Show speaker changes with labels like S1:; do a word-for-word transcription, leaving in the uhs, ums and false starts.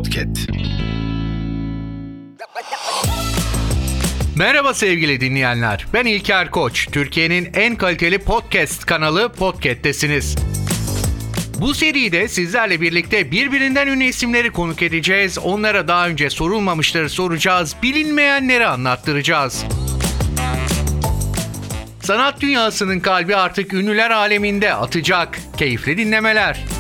S1: Podcast.
S2: Merhaba sevgili dinleyenler. Ben İlker Koç. Türkiye'nin en kaliteli podcast kanalı Podcast'tesiniz. Bu seride sizlerle birlikte birbirinden ünlü isimleri konuk edeceğiz. Onlara daha önce sorulmamışları soracağız. Bilinmeyenleri anlattıracağız. Sanat dünyasının kalbi artık ünlüler aleminde atacak. Keyifli dinlemeler.